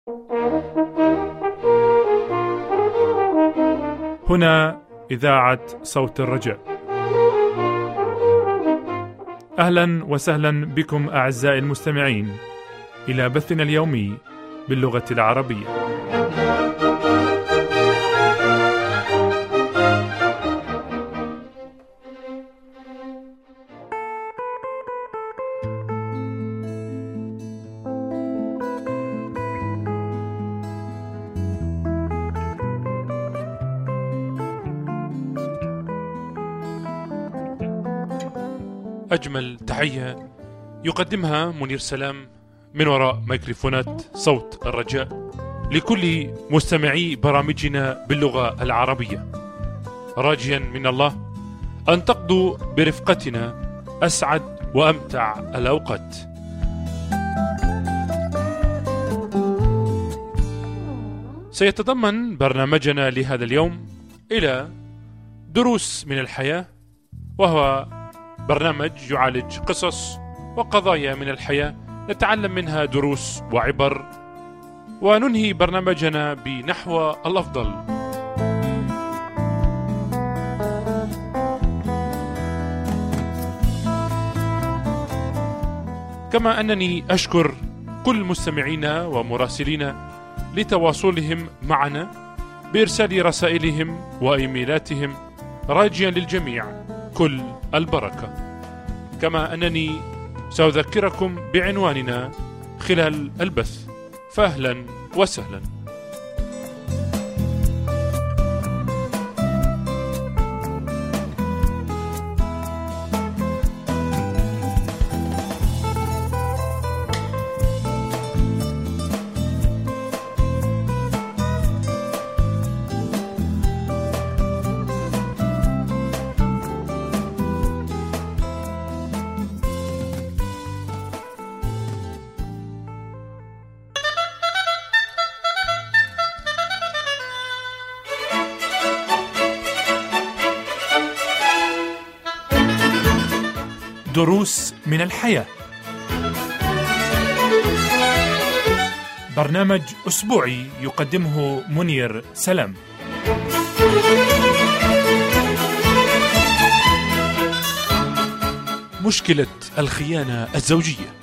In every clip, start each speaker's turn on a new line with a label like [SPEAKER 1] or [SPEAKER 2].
[SPEAKER 1] هنا إذاعة صوت الرجاء. أهلا وسهلا بكم أعزائي المستمعين إلى بثنا اليومي باللغة العربية. أجمل تحية يقدمها منير سلام من وراء ميكروفونات صوت الرجاء لكل مستمعي برامجنا باللغة العربية، راجيا من الله أن تقضوا برفقتنا أسعد وأمتع الأوقات. سيتضمن برنامجنا لهذا اليوم إلى دروس من الحياة، وهو برنامج يعالج قصص وقضايا من الحياة نتعلم منها دروس وعبر، وننهي برنامجنا بنحو الأفضل. كما أنني أشكر كل مستمعينا ومراسلينا لتواصلهم معنا بإرسال رسائلهم وإيميلاتهم، راجيا للجميع كل البركة. كما أنني سأذكركم بعنواننا خلال البث، فأهلا وسهلا. دروس من الحياة، برنامج أسبوعي يقدمه منير سلام. مشكلة الخيانة الزوجية.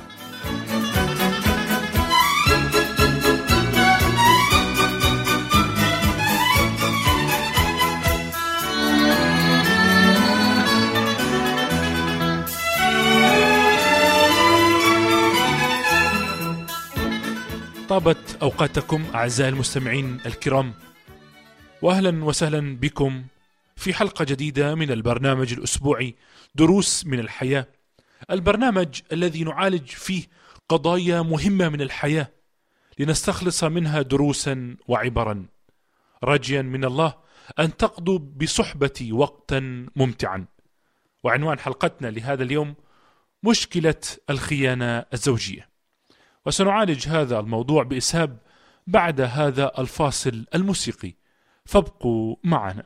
[SPEAKER 1] طابت أوقاتكم أعزائي المستمعين الكرام، وأهلا وسهلا بكم في حلقة جديدة من البرنامج الأسبوعي دروس من الحياة، البرنامج الذي نعالج فيه قضايا مهمة من الحياة لنستخلص منها دروسا وعبرا، راجيا من الله أن تقضوا بصحبتي وقتا ممتعا. وعنوان حلقتنا لهذا اليوم مشكلة الخيانة الزوجية، وسنعالج هذا الموضوع بإسهاب بعد هذا الفاصل الموسيقي، فابقوا معنا.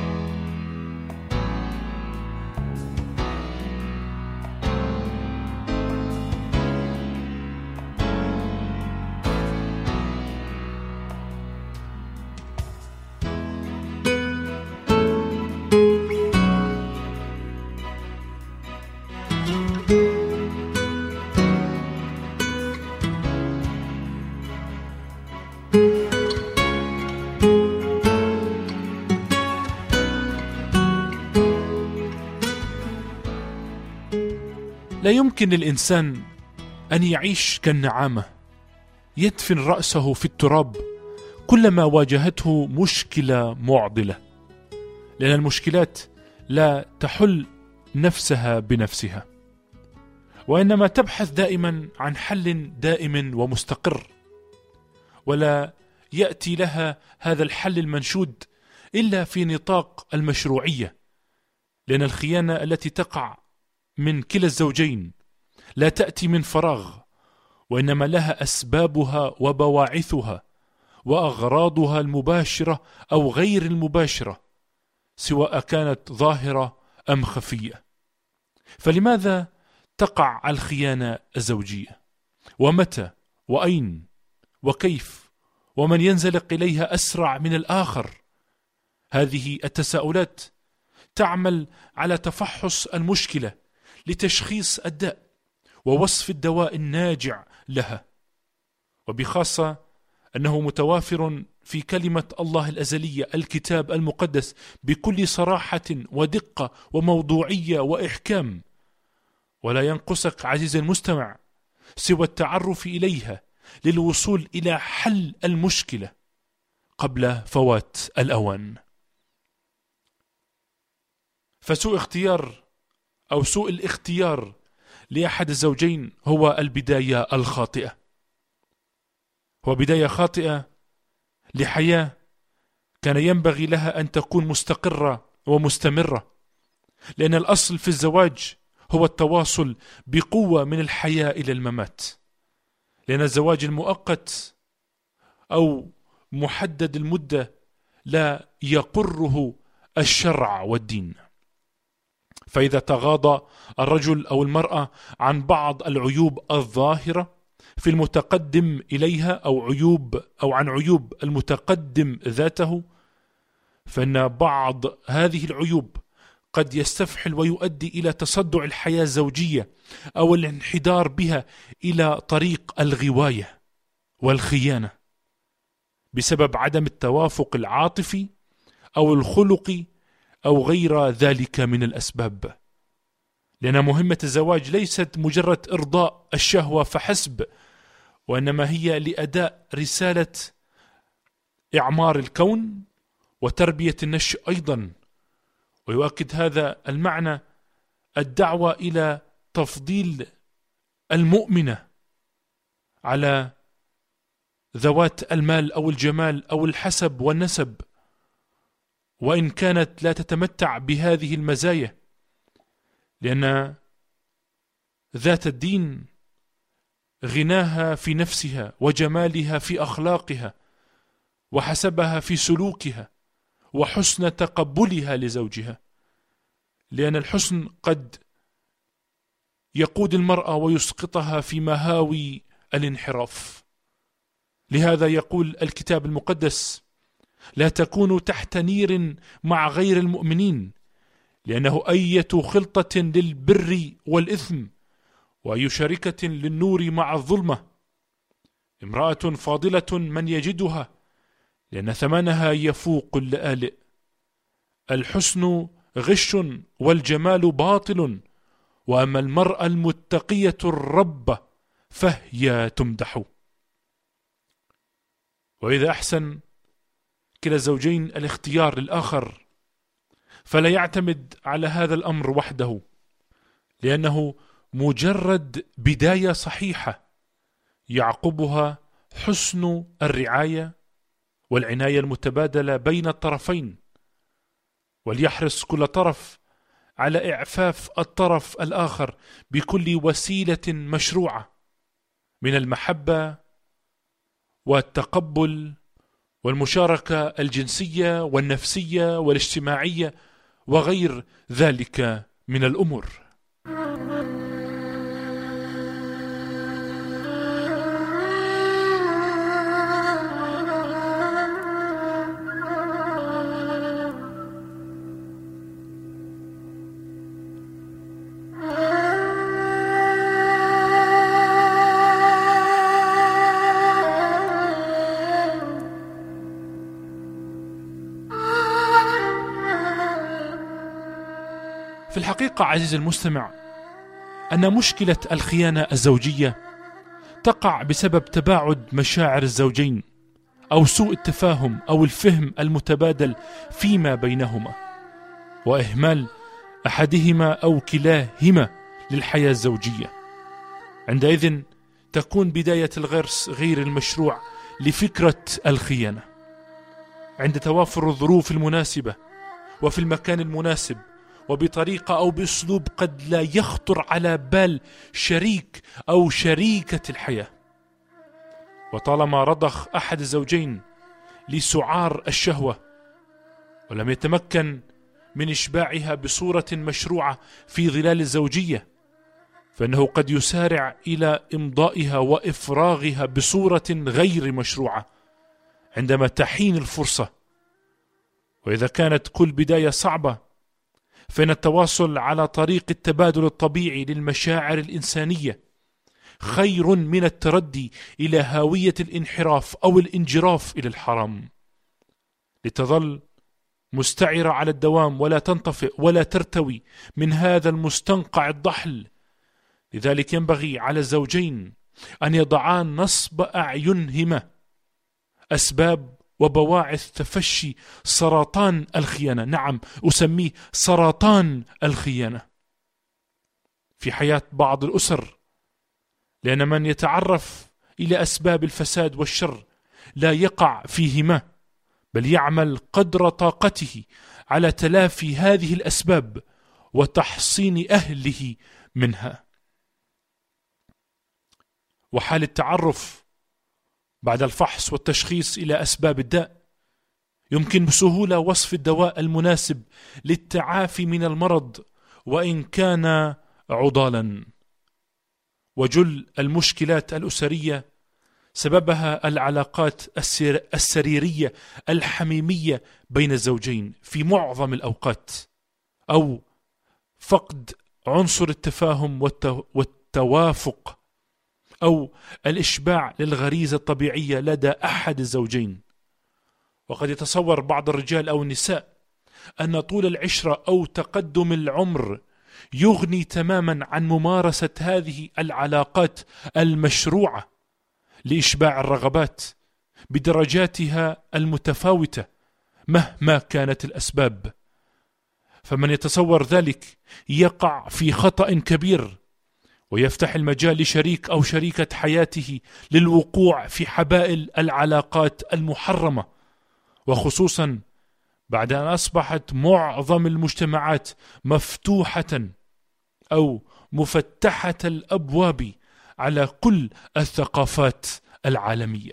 [SPEAKER 1] لا يمكن للإنسان أن يعيش كالنعامة يدفن رأسه في التراب كلما واجهته مشكلة معضلة، لأن المشكلات لا تحل نفسها بنفسها، وإنما تبحث دائما عن حل دائم ومستقر، ولا يأتي لها هذا الحل المنشود إلا في نطاق المشروعية، لأن الخيانة التي تقع من كلا الزوجين لا تأتي من فراغ، وإنما لها أسبابها وبواعثها وأغراضها المباشرة أو غير المباشرة، سواء كانت ظاهرة أم خفية. فلماذا تقع الخيانة الزوجية؟ ومتى وأين وكيف، ومن ينزلق إليها أسرع من الآخر. هذه التساؤلات تعمل على تفحص المشكلة لتشخيص الداء ووصف الدواء الناجع لها، وبخاصة أنه متوافر في كلمة الله الأزلية الكتاب المقدس بكل صراحة ودقة وموضوعية وإحكام، ولا ينقصك عزيزي المستمع سوى التعرف إليها للوصول إلى حل المشكلة قبل فوات الأوان. فسوء اختيار أو سوء الاختيار لأحد الزوجين هو البداية الخاطئة، هو بداية خاطئة لحياة كان ينبغي لها أن تكون مستقرة ومستمرة، لأن الأصل في الزواج هو التواصل بقوة من الحياة إلى الممات، لأن الزواج المؤقت أو محدد المدة لا يقره الشرع والدين. فإذا تغاضى الرجل أو المرأة عن بعض العيوب الظاهرة في المتقدم إليها أو عن عيوب المتقدم ذاته، فإن بعض هذه العيوب قد يستفحل ويؤدي إلى تصدع الحياة الزوجية أو الانحدار بها إلى طريق الغواية والخيانة بسبب عدم التوافق العاطفي أو الخلقي أو غير ذلك من الأسباب. لأن مهمة الزواج ليست مجرد إرضاء الشهوة فحسب، وإنما هي لأداء رسالة إعمار الكون وتربية النشء أيضا. ويؤكد هذا المعنى الدعوة إلى تفضيل المؤمنة على ذوات المال أو الجمال أو الحسب والنسب، وإن كانت لا تتمتع بهذه المزايا، لأن ذات الدين غناها في نفسها وجمالها في أخلاقها وحسبها في سلوكها وحسن تقبلها لزوجها، لأن الحسن قد يقود المرأة ويسقطها في مهاوي الانحراف. لهذا يقول الكتاب المقدس: لا تكونوا تحت نير مع غير المؤمنين، لأنه أية خلطة للبر والإثم وأي شركة للنور مع الظلمة. امرأة فاضلة من يجدها، لأن ثمنها يفوق اللآلئ. الحسن غش والجمال باطل، وأما المرأة المتقية الرب فهي تمدح. وإذا أحسن كلا الزوجين الاختيار للآخر، فلا يعتمد على هذا الأمر وحده، لأنه مجرد بداية صحيحة يعقبها حسن الرعاية والعناية المتبادلة بين الطرفين، وليحرص كل طرف على إعفاف الطرف الآخر بكل وسيلة مشروعة من المحبة والتقبل والمشاركة الجنسية والنفسية والاجتماعية وغير ذلك من الأمور. في الحقيقة عزيزي المستمع، أن مشكلة الخيانة الزوجية تقع بسبب تباعد مشاعر الزوجين أو سوء التفاهم أو الفهم المتبادل فيما بينهما، وإهمال أحدهما أو كلاهما للحياة الزوجية. عندئذ تكون بداية الغرس غير المشروع لفكرة الخيانة عند توافر الظروف المناسبة وفي المكان المناسب وبطريقة أو بأسلوب قد لا يخطر على بال شريك أو شريكة الحياة. وطالما رضخ أحد الزوجين لسعار الشهوة ولم يتمكن من إشباعها بصورة مشروعة في ظلال الزوجية، فإنه قد يسارع إلى إمضائها وإفراغها بصورة غير مشروعة عندما تحين الفرصة. وإذا كانت كل بداية صعبة، فإن التواصل على طريق التبادل الطبيعي للمشاعر الإنسانية خير من التردي إلى هاوية الانحراف أو الانجراف إلى الحرام، لتظل مستعرة على الدوام ولا تنطفئ ولا ترتوي من هذا المستنقع الضحل. لذلك ينبغي على الزوجين أن يضعان نصب أعينهما أسباب وبواعث تفشي سرطان الخيانة، نعم أسميه سرطان الخيانة في حياة بعض الأسر، لأن من يتعرف إلى أسباب الفساد والشر لا يقع فيهما، بل يعمل قدر طاقته على تلافي هذه الأسباب وتحصين أهله منها. وحال التعرف بعد الفحص والتشخيص إلى أسباب الداء يمكن بسهولة وصف الدواء المناسب للتعافي من المرض وإن كان عضالا. وجل المشكلات الأسرية سببها العلاقات السريرية الحميمية بين الزوجين في معظم الأوقات، أو فقد عنصر التفاهم والتوافق، أو الإشباع للغريزة الطبيعية لدى أحد الزوجين. وقد يتصور بعض الرجال أو النساء أن طول العشرة أو تقدم العمر يغني تماما عن ممارسة هذه العلاقات المشروعة لإشباع الرغبات بدرجاتها المتفاوتة مهما كانت الأسباب. فمن يتصور ذلك يقع في خطأ كبير، ويفتح المجال لشريك أو شريكة حياته للوقوع في حبائل العلاقات المحرمة، وخصوصا بعد أن أصبحت معظم المجتمعات مفتوحة أو مفتحة الأبواب على كل الثقافات العالمية.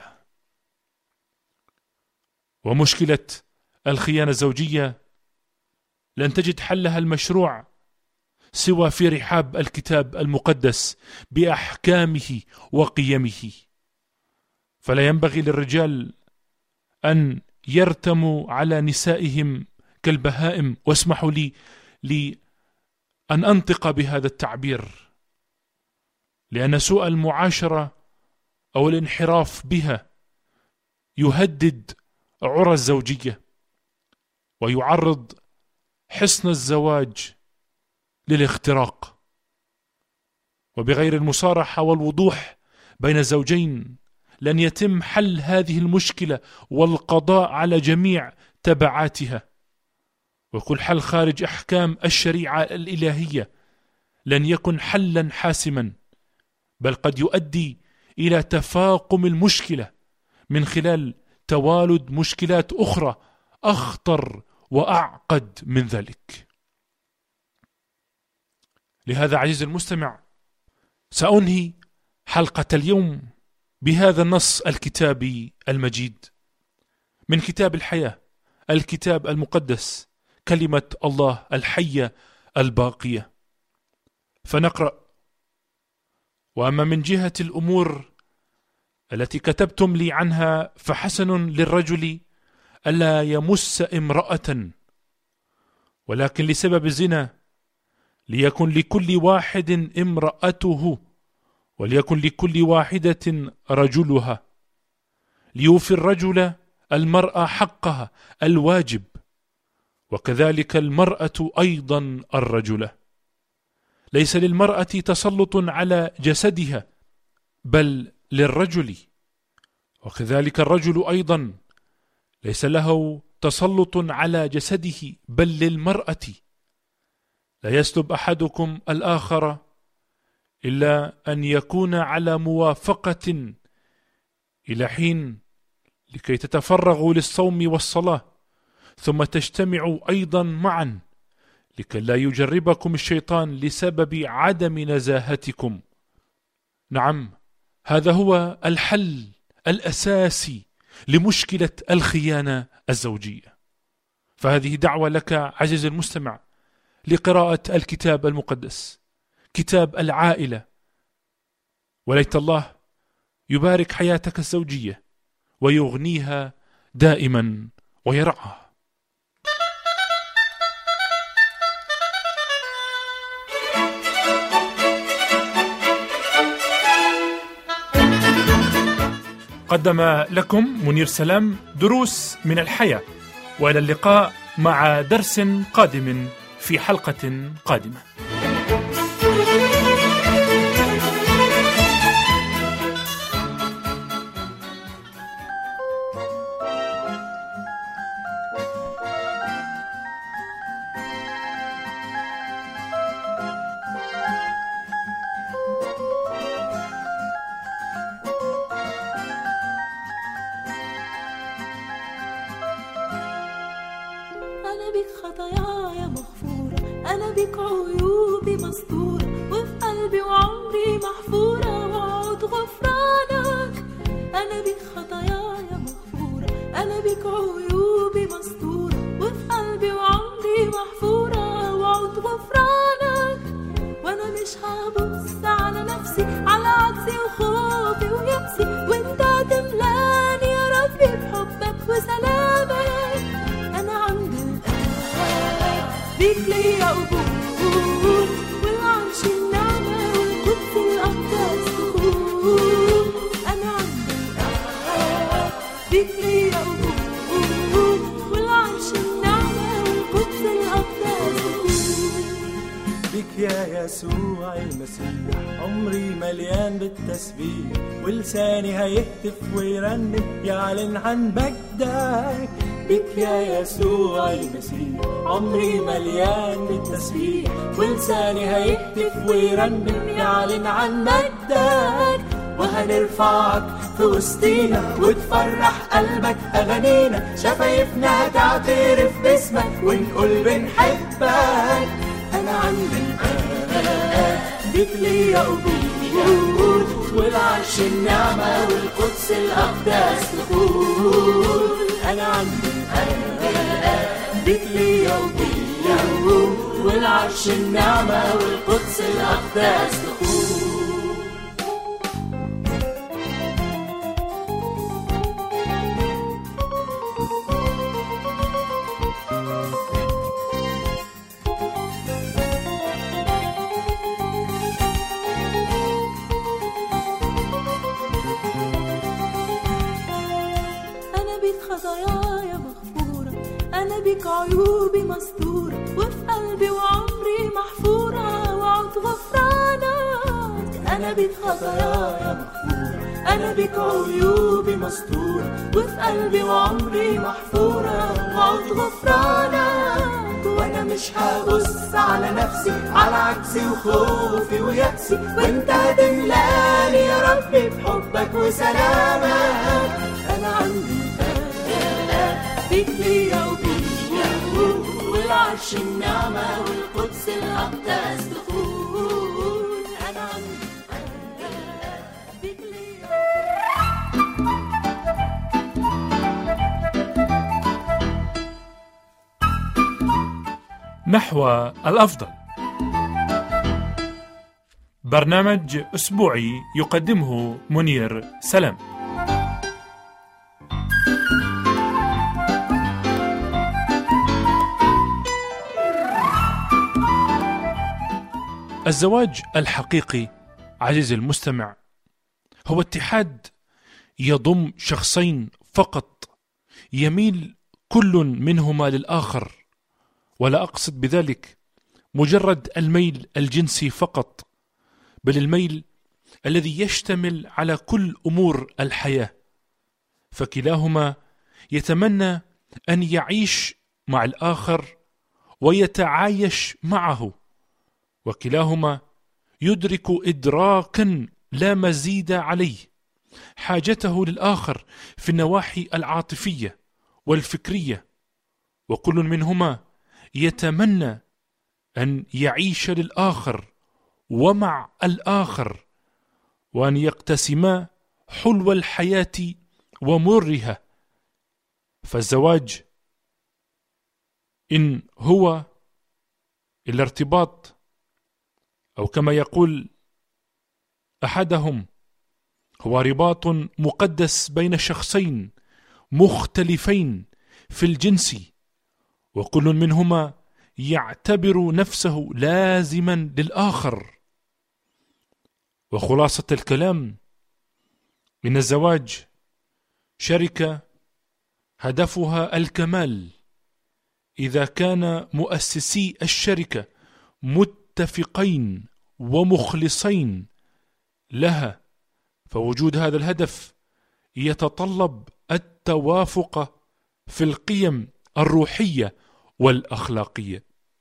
[SPEAKER 1] ومشكلة الخيانة الزوجية لن تجد حلها المشروع سوى في رحاب الكتاب المقدس بأحكامه وقيمه. فلا ينبغي للرجال أن يرتموا على نسائهم كالبهائم، واسمحوا لي أن أنطق بهذا التعبير، لأن سوء المعاشرة أو الانحراف بها يهدد عرى الزوجية ويعرض حصن الزواج للاختراق. وبغير المصارحة والوضوح بين الزوجين لن يتم حل هذه المشكلة والقضاء على جميع تبعاتها. وكل حل خارج أحكام الشريعة الإلهية لن يكن حلا حاسما، بل قد يؤدي إلى تفاقم المشكلة من خلال توالد مشكلات أخرى أخطر وأعقد من ذلك. لهذا عزيزي المستمع، سأنهي حلقة اليوم بهذا النص الكتابي المجيد من كتاب الحياة، الكتاب المقدس، كلمة الله الحية الباقية. فنقرأ: وأما من جهة الأمور التي كتبتم لي عنها فحسن للرجل ألا يمس امرأة، ولكن لسبب الزنا ليكن لكل واحد امرأته، وليكن لكل واحدة رجلها، ليوفي الرجل المرأة حقها الواجب، وكذلك المرأة أيضا الرجل. ليس للمرأة تسلط على جسدها بل للرجل، وكذلك الرجل أيضا ليس له تسلط على جسده بل للمرأة. لا يسلب أحدكم الآخر إلا أن يكون على موافقة إلى حين لكي تتفرغوا للصوم والصلاة، ثم تجتمعوا أيضا معا لكي لا يجربكم الشيطان لسبب عدم نزاهتكم. نعم، هذا هو الحل الأساسي لمشكلة الخيانة الزوجية. فهذه دعوة لك عزيزي المستمع لقراءة الكتاب المقدس، كتاب العائلة. وليت الله يبارك حياتك الزوجية ويغنيها دائما ويرعاها. قدم لكم منير سلام دروس من الحياة، وإلى اللقاء مع درس قادم في حلقة قادمة.
[SPEAKER 2] أنا بك خطاياي مغفورة، أنا بك عيوبي مستورة، وفي قلبي وعمري محفورة وعود غفرانك. أنا بك خطاياي مغفورة، أنا بك عيوبي مستورة، وفي قلبي وعمري محفورة وعود غفرانك. وأنا مش هبص على نفسي، على عجزي وخوفي ويأسي، وأنت تملاني يا ربي بحبك وسلامك. بيك ليا قبول، والعرش النعمة والقدس الأقدس دخول. أنا عند الآب بيك ليا قبول، والعرش النعمة والقدس الأقدس دخول.
[SPEAKER 3] بيك يا يسوع المسيح عمري مليان بالتسبيح، ولساني هيهتف ويرنم يعلن عن مجدك. بك يا يسوع المسيح عمري مليان بالتسبيح، ولساني هيهتف ويرنم يعلن عن مجدك. وهنرفعك في وسطينا وتفرح قلبك أغانينا، شفايفنا هتعترف باسمك ونقول بنحبك. أنا عند الآب بك ليا قبول، والعرش النعمة والقدس الأقدس دخول. أنا عند الآب بك ليا قبول، والعرش النعمة والقدس الأقدس دخول.
[SPEAKER 2] خطاياي مغفورة، أنا بك عيوبي مستورة، وفي قلبي وعمري محفورة وعود غفرانك. أنا بك خطاياي مغفورة، أنا بك عيوبي مستورة، وفي قلبي وعمري محفورة وعود غفرانك. وأنا مش هبص على نفسي، على عجزي وخوفي ويأسي، وأنت هتملاني يا ربي بحبك وسلامك. أنا عندي بيك ليا وبيا، والعرش النعمة والقدس الأقدس دخول. أنا عندي بيك ليا.
[SPEAKER 1] نحو الأفضل، برنامج أسبوعي يقدمه منير سلام. الزواج الحقيقي عزيزي المستمع هو اتحاد يضم شخصين فقط، يميل كل منهما للآخر، ولا أقصد بذلك مجرد الميل الجنسي فقط، بل الميل الذي يشتمل على كل أمور الحياة. فكلاهما يتمنى أن يعيش مع الآخر ويتعايش معه، وكلاهما يدرك إدراكا لا مزيد عليه حاجته للآخر في النواحي العاطفية والفكرية، وكل منهما يتمنى أن يعيش للآخر ومع الآخر، وأن يقتسما حلو الحياة ومرها. فالزواج إن هو الارتباط أو كما يقول أحدهم: هو رباط مقدس بين شخصين مختلفين في الجنس، وكل منهما يعتبر نفسه لازما للآخر. وخلاصة الكلام إن الزواج شركة هدفها الكمال إذا كان مؤسسي الشركة متفقين ومخلصين لها، فوجود هذا الهدف يتطلب التوافق في القيم الروحية والأخلاقية.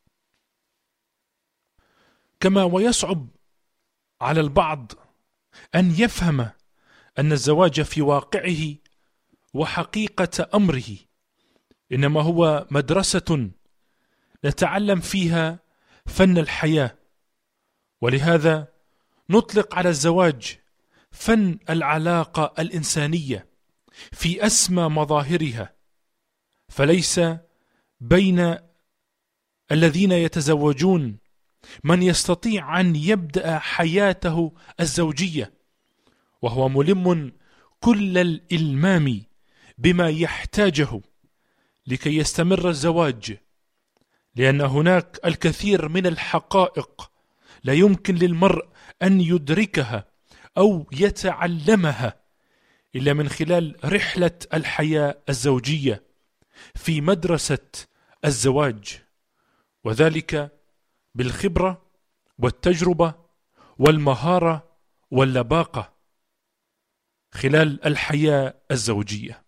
[SPEAKER 1] كما ويصعب على البعض أن يفهم أن الزواج في واقعه وحقيقة أمره إنما هو مدرسة نتعلم فيها فن الحياة، ولهذا نطلق على الزواج فن العلاقة الإنسانية في أسمى مظاهرها، فليس بين الذين يتزوجون من يستطيع أن يبدأ حياته الزوجية وهو ملم كل الإلمام بما يحتاجه لكي يستمر الزواج، لأن هناك الكثير من الحقائق لا يمكن للمرء أن يدركها أو يتعلمها إلا من خلال رحلة الحياة الزوجية في مدرسة الزواج، وذلك بالخبرة والتجربة والمهارة واللباقة خلال الحياة الزوجية.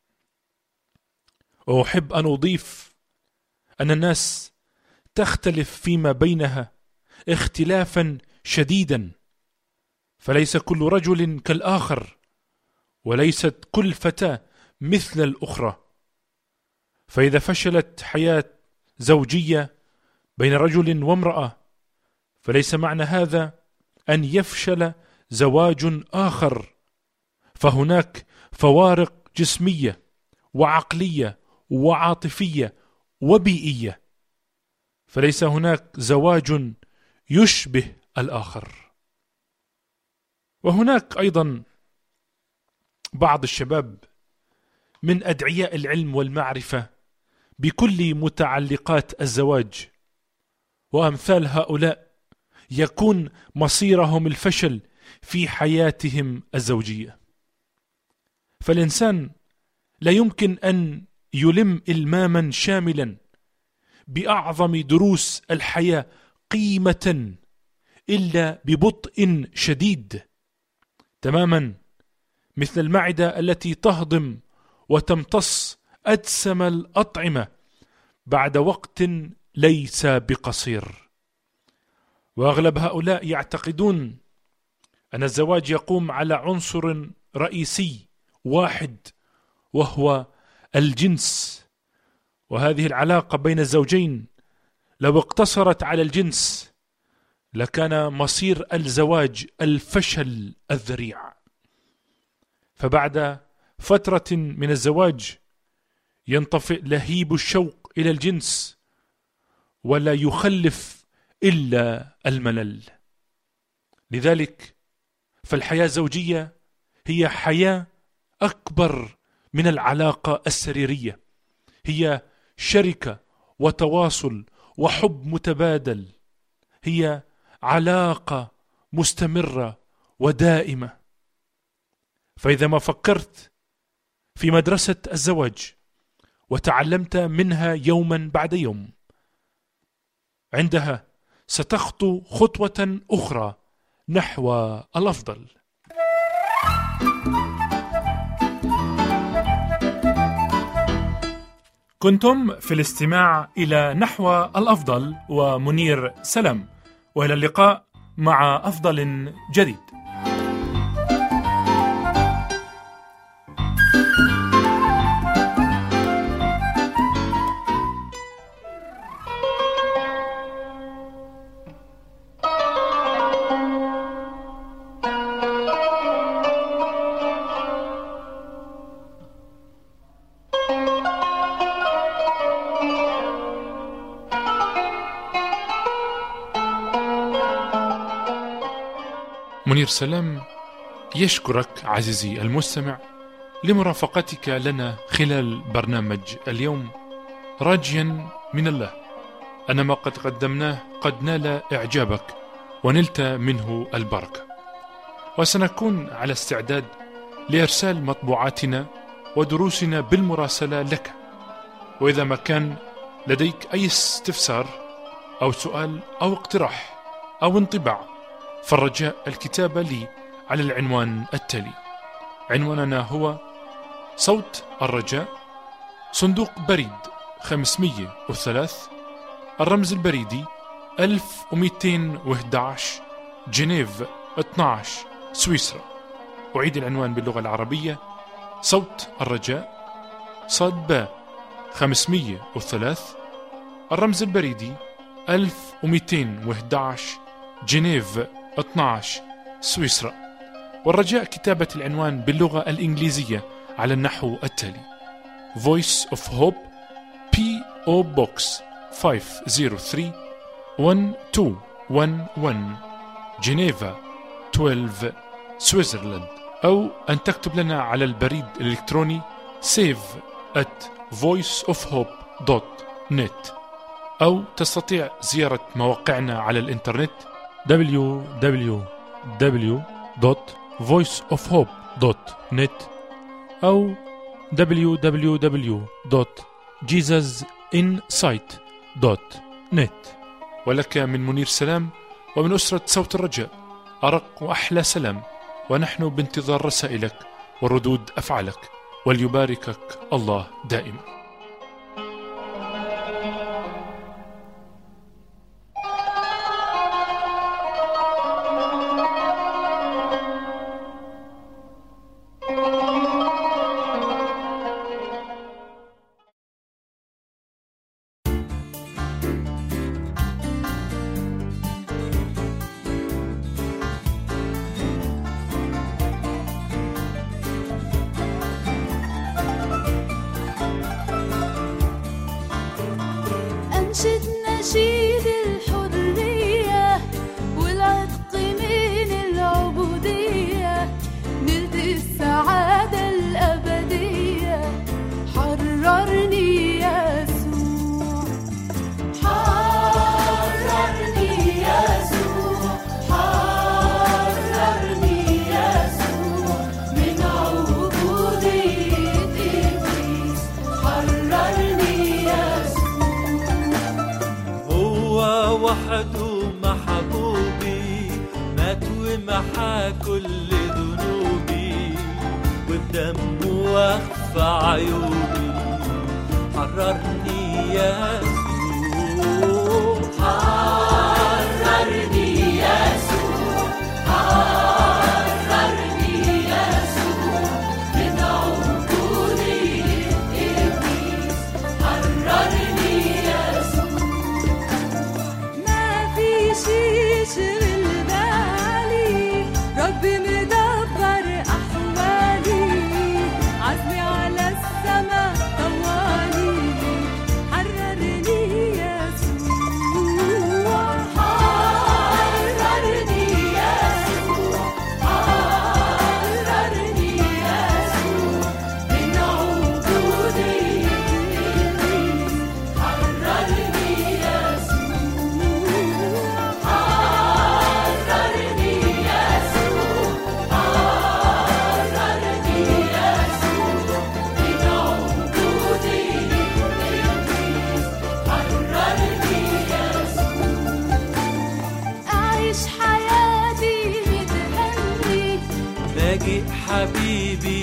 [SPEAKER 1] وأحب أن أضيف أن الناس تختلف فيما بينها اختلافا شديدا، فليس كل رجل كالآخر، وليست كل فتاة مثل الأخرى. فإذا فشلت حياة زوجية بين رجل وامرأة، فليس معنى هذا أن يفشل زواج آخر، فهناك فوارق جسمية وعقلية وعاطفية وبيئية، فليس هناك زواج يشبه الآخر. وهناك أيضا بعض الشباب من أدعياء العلم والمعرفة بكل متعلقات الزواج، وأمثال هؤلاء يكون مصيرهم الفشل في حياتهم الزوجية. فالإنسان لا يمكن أن يلم إلماما شاملا بأعظم دروس الحياة قيمة إلا ببطء شديد، تماما مثل المعدة التي تهضم وتمتص أدسم الأطعمة بعد وقت ليس بقصير. وأغلب هؤلاء يعتقدون أن الزواج يقوم على عنصر رئيسي واحد وهو الجنس، وهذه العلاقة بين الزوجين لو اقتصرت على الجنس لكان مصير الزواج الفشل الذريع. فبعد فترة من الزواج ينطفئ لهيب الشوق إلى الجنس ولا يخلف إلا الملل. لذلك فالحياة الزوجية هي حياة أكبر من العلاقة السريرية، هي شركة وتواصل وحب متبادل، هي علاقة مستمرة ودائمة. فإذا ما فكرت في مدرسة الزواج وتعلمت منها يوما بعد يوم، عندها ستخطو خطوة أخرى نحو الأفضل. كنتم في الاستماع إلى نحو الأفضل ومنير سلام، وإلى اللقاء مع أفضل جديد. منير سلام يشكرك عزيزي المستمع لمرافقتك لنا خلال برنامج اليوم، راجيا من الله أن ما قد قدمناه قد نال إعجابك ونلت منه البركة، وسنكون على استعداد لإرسال مطبوعاتنا ودروسنا بالمراسلة لك. وإذا ما كان لديك أي استفسار أو سؤال أو اقتراح أو انطباع، فالرجاء الكتابة لي على العنوان التالي. عنواننا هو صوت الرجاء، صندوق بريد 503، الرمز البريدي 1211، جنيف 12، سويسرا. أعيد العنوان باللغة العربية: صوت الرجاء، صاد با 503، الرمز البريدي 1211، جنيف 12، سويسرا. والرجاء كتابة العنوان باللغة الإنجليزية على النحو التالي: Voice of Hope, P.O. Box 503 1211 جنيفا 12 سويسرلاند، أو أن تكتب لنا على البريد الإلكتروني save@voiceofhope.net، أو تستطيع زيارة مواقعنا على الإنترنت www.voiceofhope.net أو www.jesusinsight.net. ولك من منير سلام ومن أسرة صوت الرجاء أرق وأحلى سلام، ونحن بانتظار رسائلك وردود أفعالك، وليباركك الله دائما.
[SPEAKER 2] أنشد نشيد الحرية والعتق من العبودية، نلت السعادة الأبدية، حررني يسوع، حررني يسوع، حررني يسوع من عبودية إبليس، حررني
[SPEAKER 3] وحده محبوبي، مات ومحى كل ذنوبي، وبدمه وخفى عيوبي، حررني يسوع، حررني يسوع، حررني يسوع من عبودية إبليس، حررني
[SPEAKER 2] يشغل بالي، ربي مدبر أحوالي، عزمي على السما طوالي، حررني يسوع، حررني يسوع، حررني يسوع من عبودية إبليس، حررني حبيبي